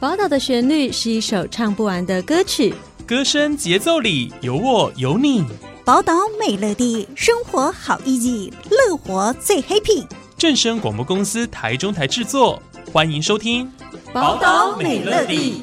宝岛的旋律是一首唱不完的歌曲， 歌声节奏里有我有你。 宝岛美乐地，生活好 easy， 乐活最 happy。 正声广播公司台中台制作，欢迎收听宝岛美乐地。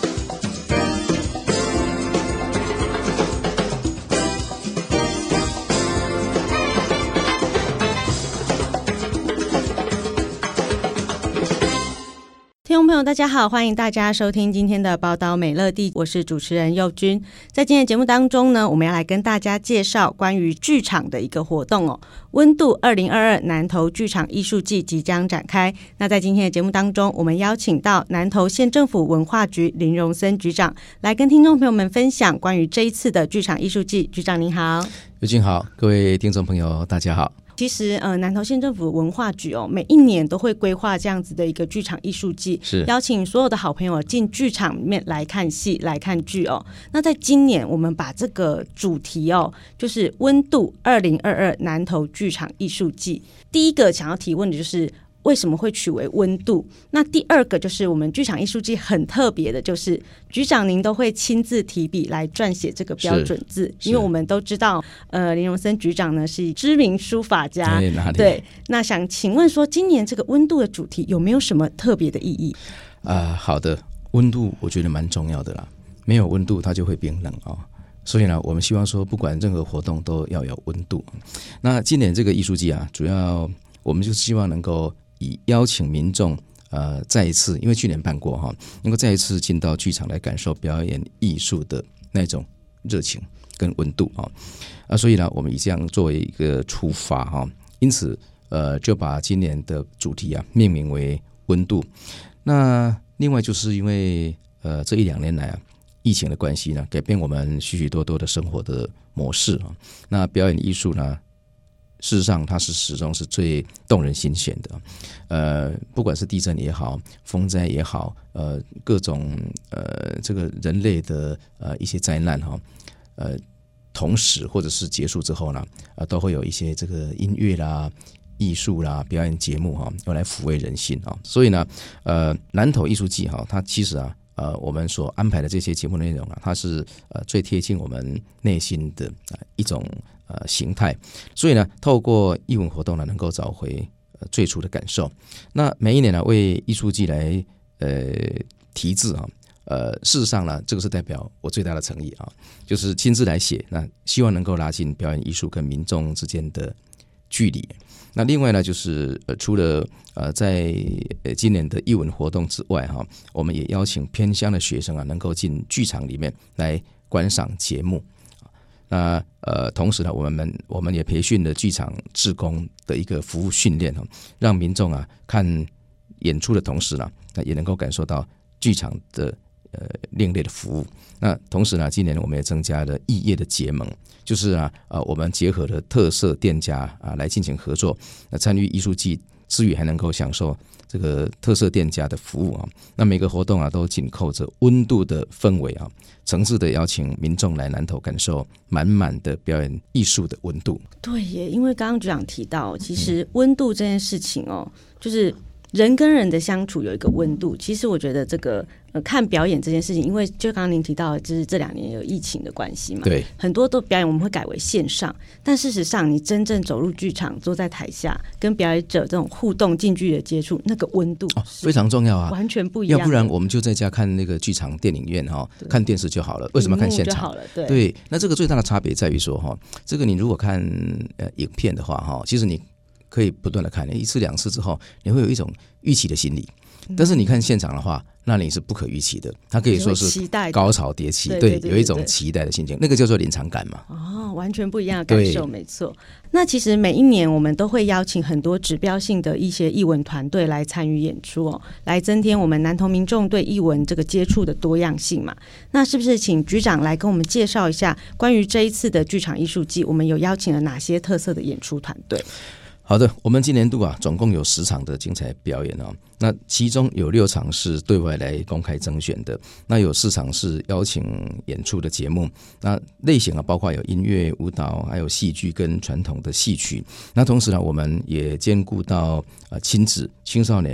听众朋友大家好，欢迎大家收听今天的宝岛美乐地，我是主持人佑君。在今天的节目当中呢，我们要来跟大家介绍关于剧场的一个活动哦。温度2022南投剧场艺术季即将展开，那在今天的节目当中，我们邀请到南投县政府文化局林荣森局长来跟听众朋友们分享关于这一次的剧场艺术季。局长您好。 佑君好，各位听众朋友大家好。 其实南投县政府文化局每一年都会规划这样子的一个剧场艺术季， 是邀请所有的好朋友进剧场里面来看戏来看剧那在今年我们把这个主题就是温度2022南投剧场艺术季，第一个想要提问的就是为什么会取为温度？那第二个就是我们剧场艺术季很特别的，就是局长您都会亲自提笔来撰写这个标准字，因为我们都知道林荣森局长呢是知名书法家，对。那想请问说，今年这个温度的主题有没有什么特别的意义？ 好的，温度我觉得蛮重要的啦，没有温度它就会冰冷所以呢，我们希望说不管任何活动都要有温度。那今年这个艺术季主要我们就希望能够以邀请民众再一次，因为去年办过能够再一次进到剧场来感受表演艺术的那种热情跟温度所以呢，我们以这样作为一个出发因此就把今年的主题命名为温度。那另外就是因为这1-2年来疫情的关系呢，改变我们许许多多的生活的模式那表演艺术呢，事实上它是始终是最动人心弦的不管是地震也好，风灾也好，各种这个人类的一些灾难同时或者是结束之后呢都会有一些这个音乐啦、艺术啦、表演节目用来抚慰人心所以呢南投艺术季它其实我们所安排的这些节目内容它是最贴近我们内心的一种形态，所以呢，透过艺文活动呢，能够找回最初的感受。那每一年呢，为艺术季来题字事实上呢，这个是代表我最大的诚意就是亲自来写，那希望能够拉近表演艺术跟民众之间的距离。那另外呢，就是除了在今年的艺文活动之外我们也邀请偏乡的学生能够进剧场里面来观赏节目。那同时呢，我们也培训了剧场志工的一个服务训练让民众看演出的同时呢，也能够感受到剧场的另类的服务。那同时呢，今年我们也增加了异业的结盟，就是我们结合了特色店家来进行合作，参与艺术季之余还能够享受这个特色店家的服务那每个活动都紧扣着温度的氛围诚挚的邀请民众来南投感受满满的表演艺术的温度。 对耶，因为刚刚局长提到其实温度这件事情就是人跟人的相处有一个温度。其实我觉得这个看表演这件事情，因为就刚刚您提到就是这2年有疫情的关系嘛， 对， 很多都表演我们会改为线上，但事实上你真正走入剧场，坐在台下跟表演者这种互动近距离的接触，那个温度非常重要完全不一样。 要不然我们就在家看那个剧场电影院看电视就好了，为什么看现场就好了？对，那这个最大的差别在于说这个你如果看影片的话其实你可以不断的看1次2次之后，你会有一种预期的心理。但是你看现场的话，那你是不可预期的，它可以说是高潮迭起，对，有一种期待的心情，那个叫做临场感嘛。 完全不一样的感受，没错。那其实每一年我们都会邀请很多指标性的一些艺文团队来参与演出来增添我们南投民众对艺文这个接触的多样性嘛。那是不是请局长来跟我们介绍一下关于这一次的剧场艺术季，我们有邀请了哪些特色的演出团队？ 好的，我们今年度总共有10场的精彩表演那其中有6场是对外来公开征选的，那有4场是邀请演出的节目，那类型包括有音乐、舞蹈，还有戏剧跟传统的戏曲。那同时呢，我们也兼顾到亲子、青少年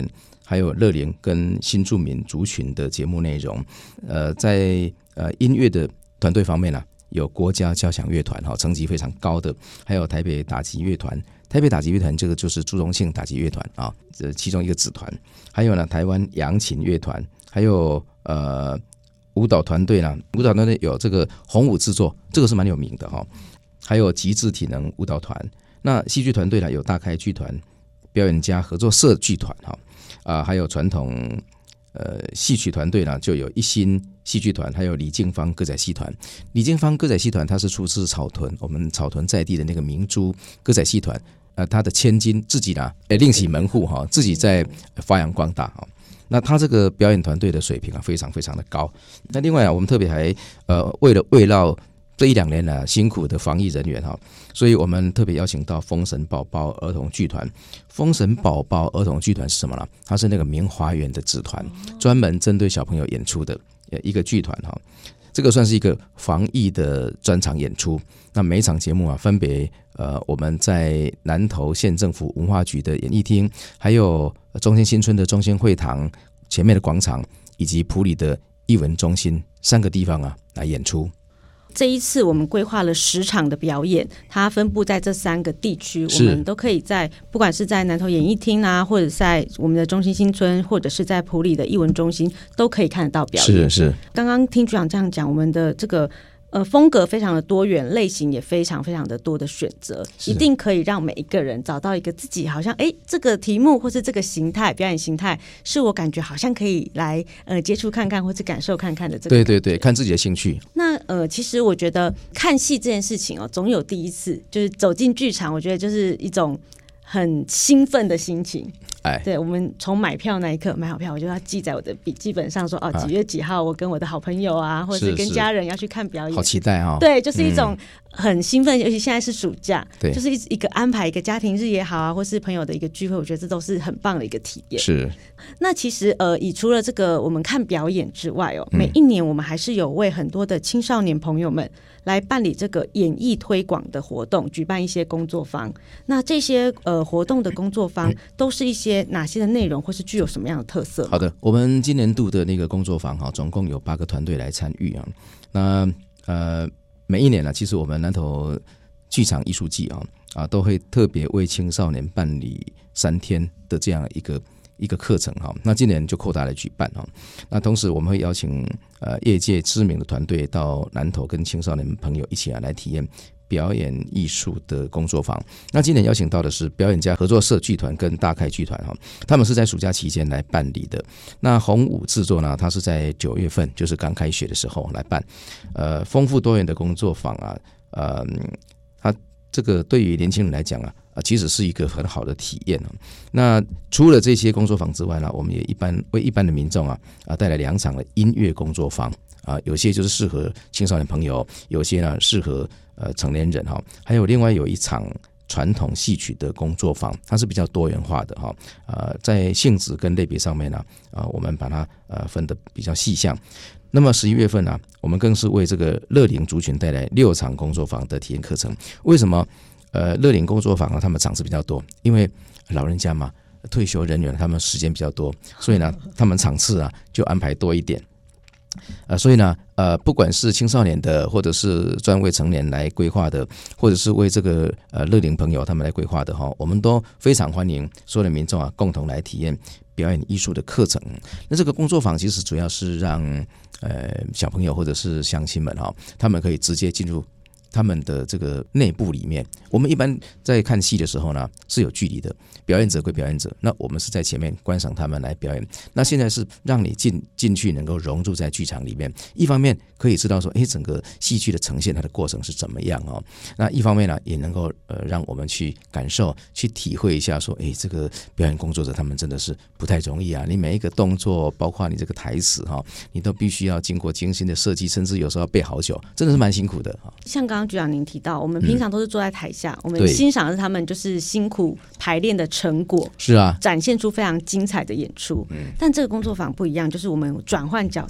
还有乐龄跟新住民族群的节目内容。在音乐的团队方面呢，有国家交响乐团层级非常高的，还有台北打击乐团。台北打击乐团这个就是朱荣庆打击乐团啊，这其中一个子团。还有呢，台湾扬琴乐团，还有舞蹈团队呢，舞蹈团队有这个红舞制作，这个是蛮有名的哈。还有极致体能舞蹈团。那戏剧团队呢，有大开剧团、表演家合作社剧团哈，还有传统戏曲团队呢，就有一心戏剧团，还有李静芳歌仔戏团。李静芳歌仔戏团它是出自草屯，我们草屯在地的那个明珠歌仔戏团，他的千金自己呢另起门户哈，自己在发扬光大哈。那他这个表演团队的水平非常非常的高。那另外我们特别还为了慰劳这1-2年辛苦的防疫人员哈，所以我们特别邀请到封神宝宝儿童剧团。封神宝宝儿童剧团是什么呢？它是那个明华园的子团，专门针对小朋友演出的一个剧团哈。这个算是一个防疫的专场演出。那每一场节目分别我们在南投县政府文化局的演艺厅，还有中心新村的中心会堂前面的广场，以及埔里的艺文中心3个地方来演出。 这一次我们规划了10场的表演，它分布在这3个地区，我们都可以在不管是在南投演艺厅或者在我们的中心新村，或者是在埔里的艺文中心，都可以看得到表演。 是。 刚刚听局长这样讲，我们的这个风格非常的多元，类型也非常非常的多的选择，一定可以让每一个人找到一个自己好像这个题目或是这个形态表演形态是我感觉好像可以来接触看看或是感受看看的这个。 对，看自己的兴趣。 那其实我觉得看戏这件事情总有第一次，就是走进剧场，我觉得就是一种很兴奋的心情。对，我们从买票那一刻，买好票我就要记在我的笔记本上说几月几号我跟我的好朋友或者是跟家人要去看表演， 好期待对，就是一种很兴奋，尤其现在是暑假， 对， 就是一个安排一个家庭日也好或是朋友的一个聚会，我觉得这都是很棒的一个体验。 是。 那其实以除了这个我们看表演之外每一年我们还是有为很多的青少年朋友们来办理这个演艺推广的活动，举办一些工作坊。那这些活动的工作坊都是一些哪些的内容，或是具有什么样的特色？ 好的，我们今年度的那个工作坊总共有8个团队来参与那每一年其实我们南投剧场艺术季都会特别为青少年办理3天的这样一个课程那今年就扩大来举办那同时我们会邀请业界知名的团队到南投跟青少年朋友一起来体验表演艺术的工作坊。那今年邀请到的是表演家合作社剧团跟大开剧团他们是在暑假期间来办理的。那红舞制作呢，它是在9月份，就是刚开学的时候来办。丰富多元的工作坊它这个对于年轻人来讲其实是一个很好的体验那除了这些工作坊之外呢，我们也为一般的民众带来2场的音乐工作坊有些就是适合青少年朋友，有些呢适合成年人还有另外有一场传统戏曲的工作坊，它是比较多元化的在性质跟类别上面我们把它分得比较细项。那么11月份我们更是为这个乐龄族群带来6场工作坊的体验课程。为什么乐龄工作坊他们场次比较多？因为老人家嘛，退休人员他们时间比较多，所以呢他们场次就安排多一点。所以呢不管是青少年的，或者是专为成年来规划的，或者是为这个乐龄朋友他们来规划的我们都非常欢迎所有的民众共同来体验表演艺术的课程。那这个工作坊其实主要是让小朋友或者是乡亲们他们可以直接进入他们的这个内部里面。我们一般在看戏的时候呢是有距离的，表演者归表演者，那我们是在前面观赏他们来表演。那现在是让你进去能够融入在剧场里面，一方面可以知道说整个戏剧的呈现它的过程是怎么样那一方面呢也能够让我们去感受去体会一下说这个表演工作者他们真的是不太容易你每一个动作包括你这个台词你都必须要经过精心的设计，甚至有时候要背好久，真的是蛮辛苦的像刚刚局长您提到，我们平常都是坐在台下，我们欣赏的是他们就是辛苦排练的成果， 是展现出非常精彩的演出。但这个工作坊不一样，就是我们转换角色，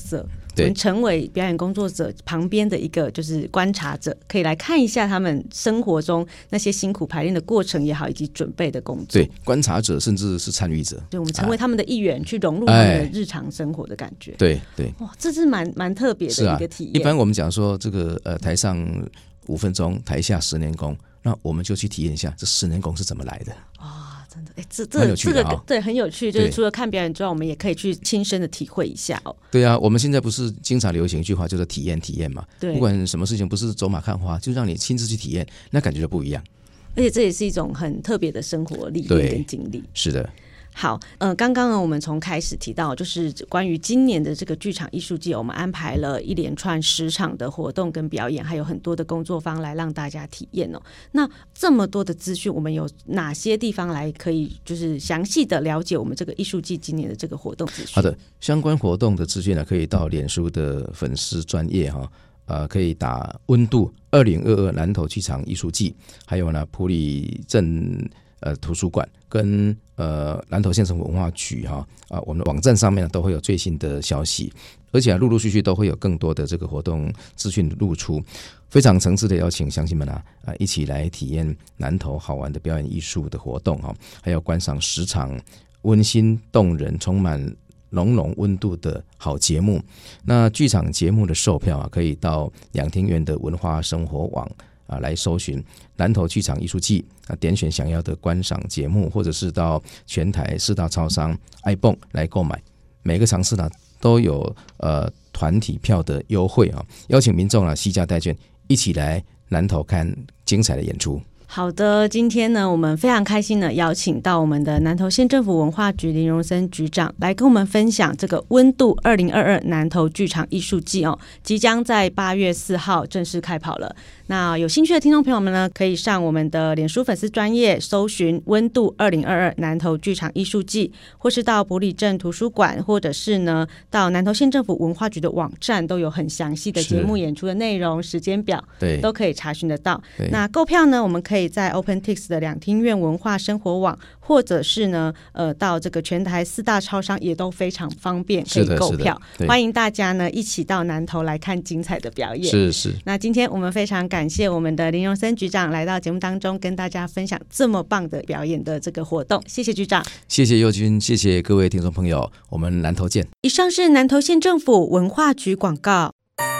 我们成为表演工作者旁边的一个就是观察者，可以来看一下他们生活中那些辛苦排练的过程也好，以及准备的工作。 对，观察者甚至是参与者， 对，我们成为他们的一员，去融入他们的日常生活的感觉。 对对， 哇，这是蛮特别的一个体验。 一般我们讲说这个台上5分钟，台下10年功，那我们就去体验一下这10年功是怎么来的。 真的，这个对很有趣，就是除了看表演之外，我们也可以去亲身的体会一下哦。 对啊，我们现在不是经常流行一句话，就是体验嘛。 对， 不管什么事情，不是走马看花，就让你亲自去体验，那感觉就不一样。 而且这也是一种很特别的生活历练跟经历。 是的。 好，刚刚呢，我们从开始提到，就是关于今年的这个剧场艺术季，我们安排了一连串10场的活动跟表演，还有很多的工作坊来让大家体验哦。那这么多的资讯，我们有哪些地方来可以就是详细的了解我们这个艺术季今年的这个活动资讯？ 好的，相关活动的资讯呢，可以到脸书的粉丝专页哈，可以打温度2022南投剧场艺术季，还有呢埔里镇图书馆跟南投县政府文化局我们的网站上面都会有最新的消息，而且陆陆续续都会有更多的这个活动资讯露出，非常诚挚的邀请乡亲们一起来体验南投好玩的表演艺术的活动还有观赏10场温馨动人、充满浓浓温度的好节目。那剧场节目的售票可以到两厅院的文化生活网来搜寻南投剧场艺术季点选想要的观赏节目，或者是到全台4大超商iPhone 来购买。每个场次都有团体票的优惠邀请民众携家带眷一起来南投看精彩的演出。 好的，今天呢，我们非常开心的邀请到我们的南投县政府文化局林荣森局长来跟我们分享这个温度2022南投剧场艺术季即将在8月4号正式开跑了。那有兴趣的听众朋友们呢，可以上我们的脸书粉丝专页搜寻温度2022南投剧场艺术季，或是到埔里镇图书馆，或者是呢到南投县政府文化局的网站，都有很详细的节目演出的内容、时间表， 对， 都可以查询得到。那购票呢，我们可以在 OpenTix 的两厅院文化生活网，或者是呢到这个全台4大超商也都非常方便可以购票。欢迎大家呢一起到南投来看精彩的表演。 是。 那今天我们非常感谢我们的林荣森局长来到节目当中，跟大家分享这么棒的表演的这个活动。谢谢局长。 谢谢佑君，谢谢各位听众朋友，我们南投见。 以上是南投县政府文化局广告。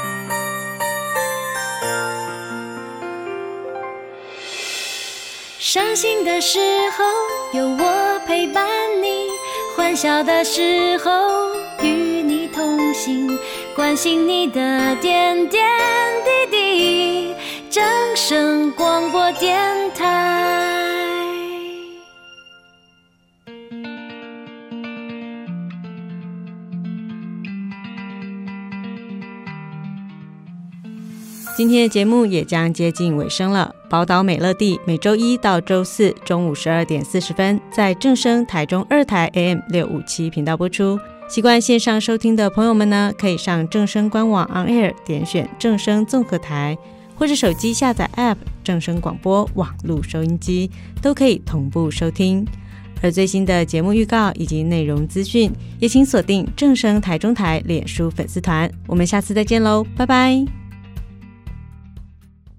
伤心的时候有我陪伴你，欢笑的时候与你同行，关心你的点点滴滴。正声广播电台。 今天的节目也将接近尾声了。宝岛美乐蒂每周1到周4中午12点40分在正声台中2台 AM657 频道播出。习惯线上收听的朋友们呢，可以上正声官网 On Air 点选正声综合台，或者手机下载 App 正声广播网络收音机，都可以同步收听。而最新的节目预告以及内容资讯，也请锁定正声台中台脸书粉丝团。我们下次再见喽，拜拜。